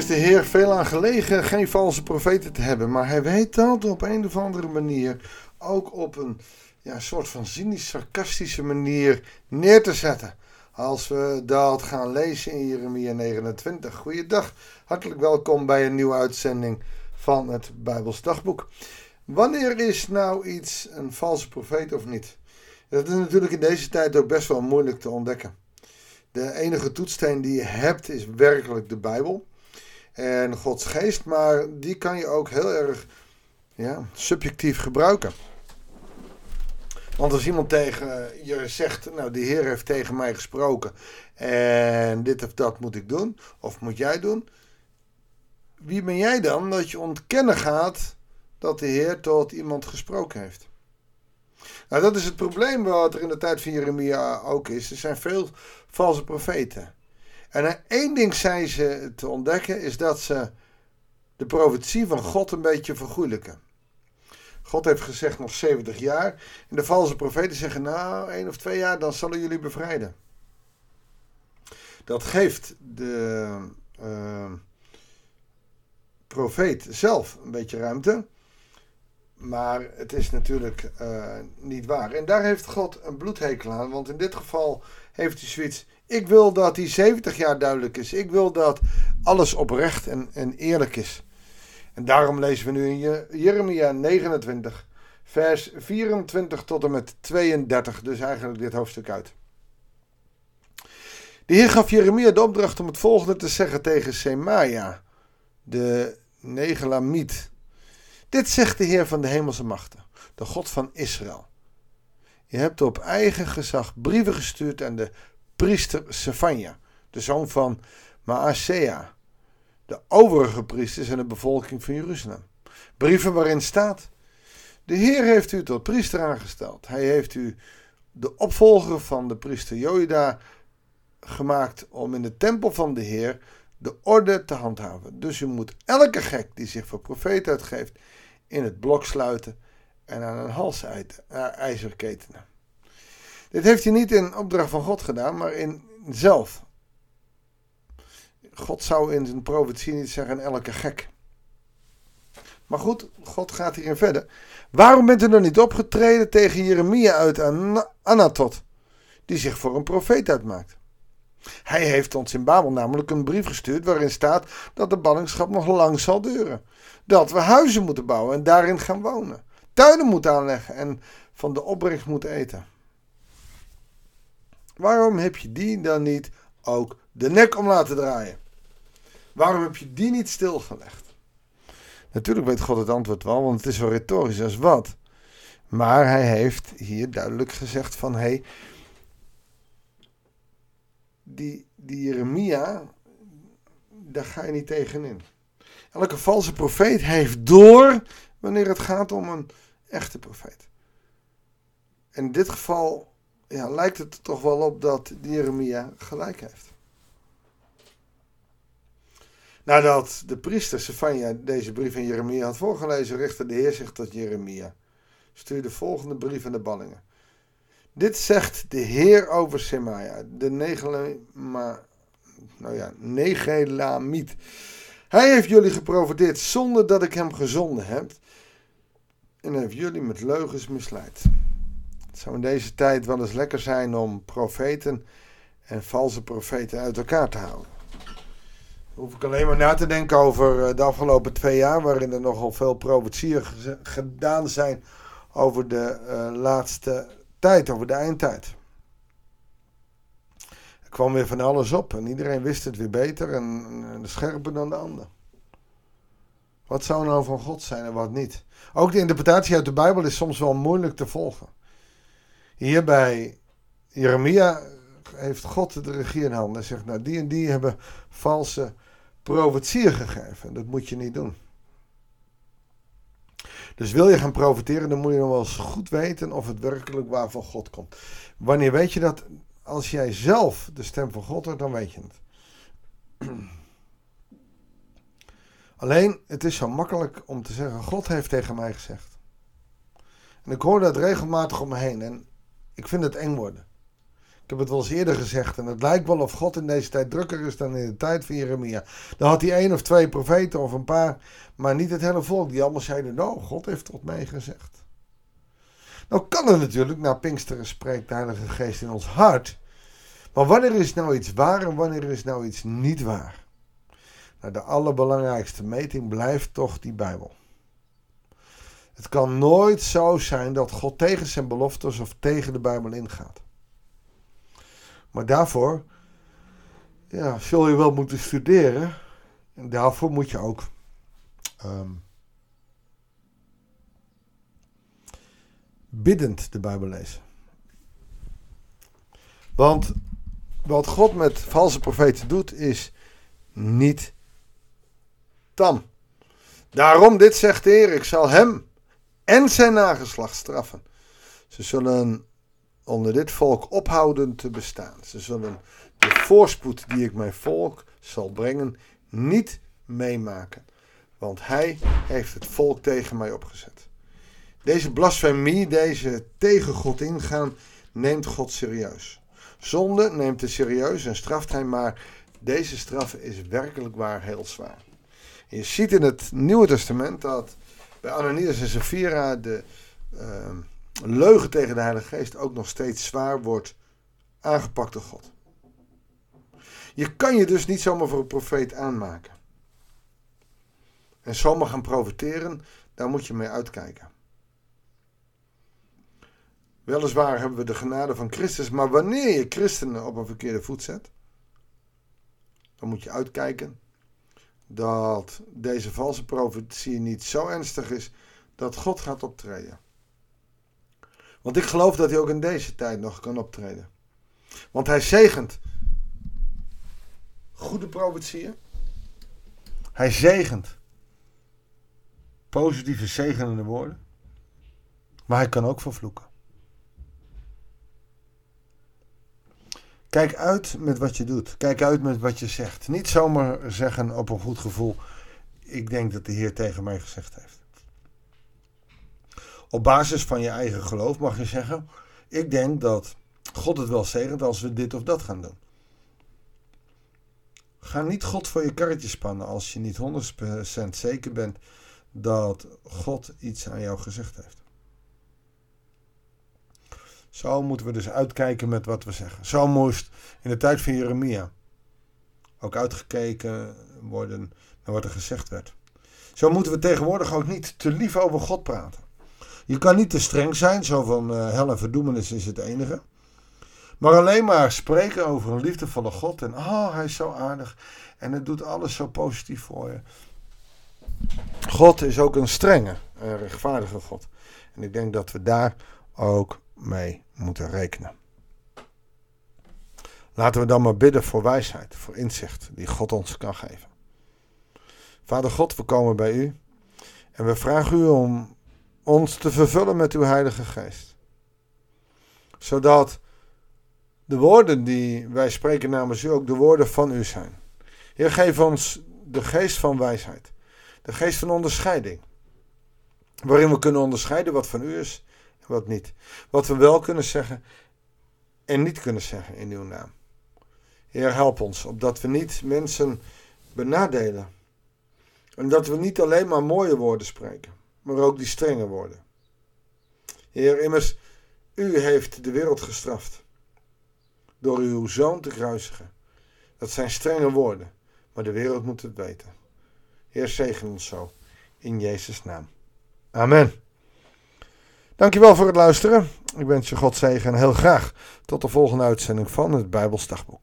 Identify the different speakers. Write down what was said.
Speaker 1: de Heer veel aan gelegen geen valse profeten te hebben. Maar hij weet dat op een of andere manier ook op een soort van cynisch-sarcastische manier neer te zetten. Als we dat gaan lezen in Jeremia 29. Goeiedag, hartelijk welkom bij een nieuwe uitzending van het Bijbels Dagboek. Wanneer is nou iets een valse profeet of niet? Dat is natuurlijk in deze tijd ook best wel moeilijk te ontdekken. De enige toetssteen die je hebt is werkelijk de Bijbel en Gods geest, maar die kan je ook heel erg subjectief gebruiken. Want als iemand tegen je zegt, nou de Heer heeft tegen mij gesproken en dit of dat moet ik doen, of moet jij doen. Wie ben jij dan dat je ontkennen gaat dat de Heer tot iemand gesproken heeft? Nou, dat is het probleem wat er in de tijd van Jeremia ook is. Er zijn veel valse profeten. En één ding zijn ze te ontdekken, is dat ze de profetie van God een beetje vergoeilijken. God heeft gezegd nog 70 jaar. En de valse profeten zeggen, nou 1 of 2 jaar, dan zullen jullie bevrijden. Dat geeft de profeet zelf een beetje ruimte. Maar het is natuurlijk niet waar. En daar heeft God een bloedhekel aan. Want in dit geval heeft hij zoiets. Ik wil dat die 70 jaar duidelijk is. Ik wil dat alles oprecht en eerlijk is. En daarom lezen we nu in Jeremia 29, vers 24 tot en met 32. Dus eigenlijk dit hoofdstuk uit. De Heer gaf Jeremia de opdracht om het volgende te zeggen tegen Semaja, de Negelamiet. Dit zegt de Heer van de hemelse machten, de God van Israël. Je hebt op eigen gezag brieven gestuurd aan de priester Sefanja, de zoon van Maasea, de overige priesters en de bevolking van Jeruzalem. Brieven waarin staat, de Heer heeft u tot priester aangesteld. Hij heeft u de opvolger van de priester Joida gemaakt om in de tempel van de Heer de orde te handhaven. Dus u moet elke gek die zich voor profeet uitgeeft in het blok sluiten en aan een halsijzer ketenen. Dit heeft hij niet in opdracht van God gedaan, maar in zelf. God zou in zijn profetie niet zeggen elke gek. Maar goed, God gaat hierin verder. Waarom bent u dan niet opgetreden tegen Jeremia uit Anatot, die zich voor een profeet uitmaakt? Hij heeft ons in Babel namelijk een brief gestuurd waarin staat dat de ballingschap nog lang zal duren. Dat we huizen moeten bouwen en daarin gaan wonen. Tuinen moeten aanleggen en van de opbrengst moeten eten. Waarom heb je die dan niet ook de nek om laten draaien? Waarom heb je die niet stilgelegd? Natuurlijk weet God het antwoord wel, want het is wel retorisch als wat. Maar hij heeft hier duidelijk gezegd van, die Jeremia, daar ga je niet tegenin. Elke valse profeet heeft door wanneer het gaat om een echte profeet. En in dit geval lijkt het er toch wel op dat Jeremia gelijk heeft. Nadat de priester Sefanja deze brief aan Jeremia had voorgelezen, richtte de Heer zich tot Jeremia. Stuur de volgende brief aan de ballingen. Dit zegt de Heer over Semaja, de Negelamiet. Hij heeft jullie geprofeteerd zonder dat ik hem gezonden heb. En heeft jullie met leugens misleid. Het zou in deze tijd wel eens lekker zijn om profeten en valse profeten uit elkaar te houden. Hoef ik alleen maar na te denken over de afgelopen 2 jaar, waarin er nogal veel profetieën gedaan zijn over de laatste tijd, over de eindtijd. Er kwam weer van alles op en iedereen wist het weer beter en scherper dan de ander. Wat zou nou van God zijn en wat niet? Ook de interpretatie uit de Bijbel is soms wel moeilijk te volgen. Hier bij Jeremia heeft God de regie in handen en zegt, nou die en die hebben valse profetieën gegeven. Dat moet je niet doen. Dus wil je gaan profeteren, dan moet je nog wel eens goed weten of het werkelijk waar van God komt. Wanneer weet je dat? Als jij zelf de stem van God hoort, dan weet je het. Alleen, het is zo makkelijk om te zeggen, God heeft tegen mij gezegd. En ik hoor dat regelmatig om me heen en ik vind het eng worden. Ik heb het wel eens eerder gezegd. En het lijkt wel of God in deze tijd drukker is dan in de tijd van Jeremia. Dan had hij 1 of 2 profeten of een paar. Maar niet het hele volk. Die allemaal zeiden, nou, God heeft tot mij gezegd. Nou kan het natuurlijk. Na Pinksteren spreekt de Heilige Geest in ons hart. Maar wanneer is nou iets waar en wanneer is nou iets niet waar? Nou, de allerbelangrijkste meting blijft toch die Bijbel. Het kan nooit zo zijn dat God tegen zijn beloftes of tegen de Bijbel ingaat. Maar daarvoor zul je wel moeten studeren. En daarvoor moet je ook biddend de Bijbel lezen. Want wat God met valse profeten doet is niet tam. Daarom, dit zegt de Heer, ik zal hem en zijn nageslacht straffen. Ze zullen onder dit volk ophouden te bestaan. Ze zullen de voorspoed die ik mijn volk zal brengen niet meemaken. Want hij heeft het volk tegen mij opgezet. Deze blasfemie, deze tegen God ingaan, neemt God serieus. Zonde neemt hij serieus en straft hij, maar deze straf is werkelijk waar heel zwaar. En je ziet in het Nieuwe Testament dat bij Ananias en Sapphira de leugen tegen de Heilige Geest ook nog steeds zwaar wordt aangepakt door God. Je kan je dus niet zomaar voor een profeet aanmaken. En zomaar gaan profiteren, daar moet je mee uitkijken. Weliswaar hebben we de genade van Christus, maar wanneer je christenen op een verkeerde voet zet, dan moet je uitkijken dat deze valse profetie niet zo ernstig is dat God gaat optreden. Want ik geloof dat hij ook in deze tijd nog kan optreden. Want hij zegent goede profetieën. Hij zegent positieve zegenende woorden. Maar hij kan ook vervloeken. Kijk uit met wat je doet. Kijk uit met wat je zegt. Niet zomaar zeggen op een goed gevoel, ik denk dat de Heer tegen mij gezegd heeft. Op basis van je eigen geloof mag je zeggen, ik denk dat God het wel zegent als we dit of dat gaan doen. Ga niet God voor je karretje spannen als je niet 100% zeker bent dat God iets aan jou gezegd heeft. Zo moeten we dus uitkijken met wat we zeggen. Zo moest in de tijd van Jeremia ook uitgekeken worden naar wat er gezegd werd. Zo moeten we tegenwoordig ook niet te lief over God praten. Je kan niet te streng zijn, zo van hel en verdoemenis is het enige. Maar alleen maar spreken over een liefdevolle God en hij is zo aardig en het doet alles zo positief voor je. God is ook een strenge en rechtvaardige God. En ik denk dat we daar ook mee moeten rekenen. Laten we dan maar bidden voor wijsheid, voor inzicht die God ons kan geven. Vader God, we komen bij u en we vragen u om ons te vervullen met uw Heilige Geest. Zodat de woorden die wij spreken namens u ook de woorden van u zijn. Heer, geef ons de geest van wijsheid. De geest van onderscheiding. Waarin we kunnen onderscheiden wat van u is en wat niet. Wat we wel kunnen zeggen en niet kunnen zeggen in uw naam. Heer, help ons, opdat we niet mensen benadelen. En dat we niet alleen maar mooie woorden spreken, maar ook die strenge woorden. Heer, immers, u heeft de wereld gestraft door uw zoon te kruisigen. Dat zijn strenge woorden, maar de wereld moet het weten. Heer, zegen ons zo, in Jezus' naam. Amen. Dankjewel voor het luisteren. Ik wens je God zegen en heel graag tot de volgende uitzending van het Bijbels Dagboek.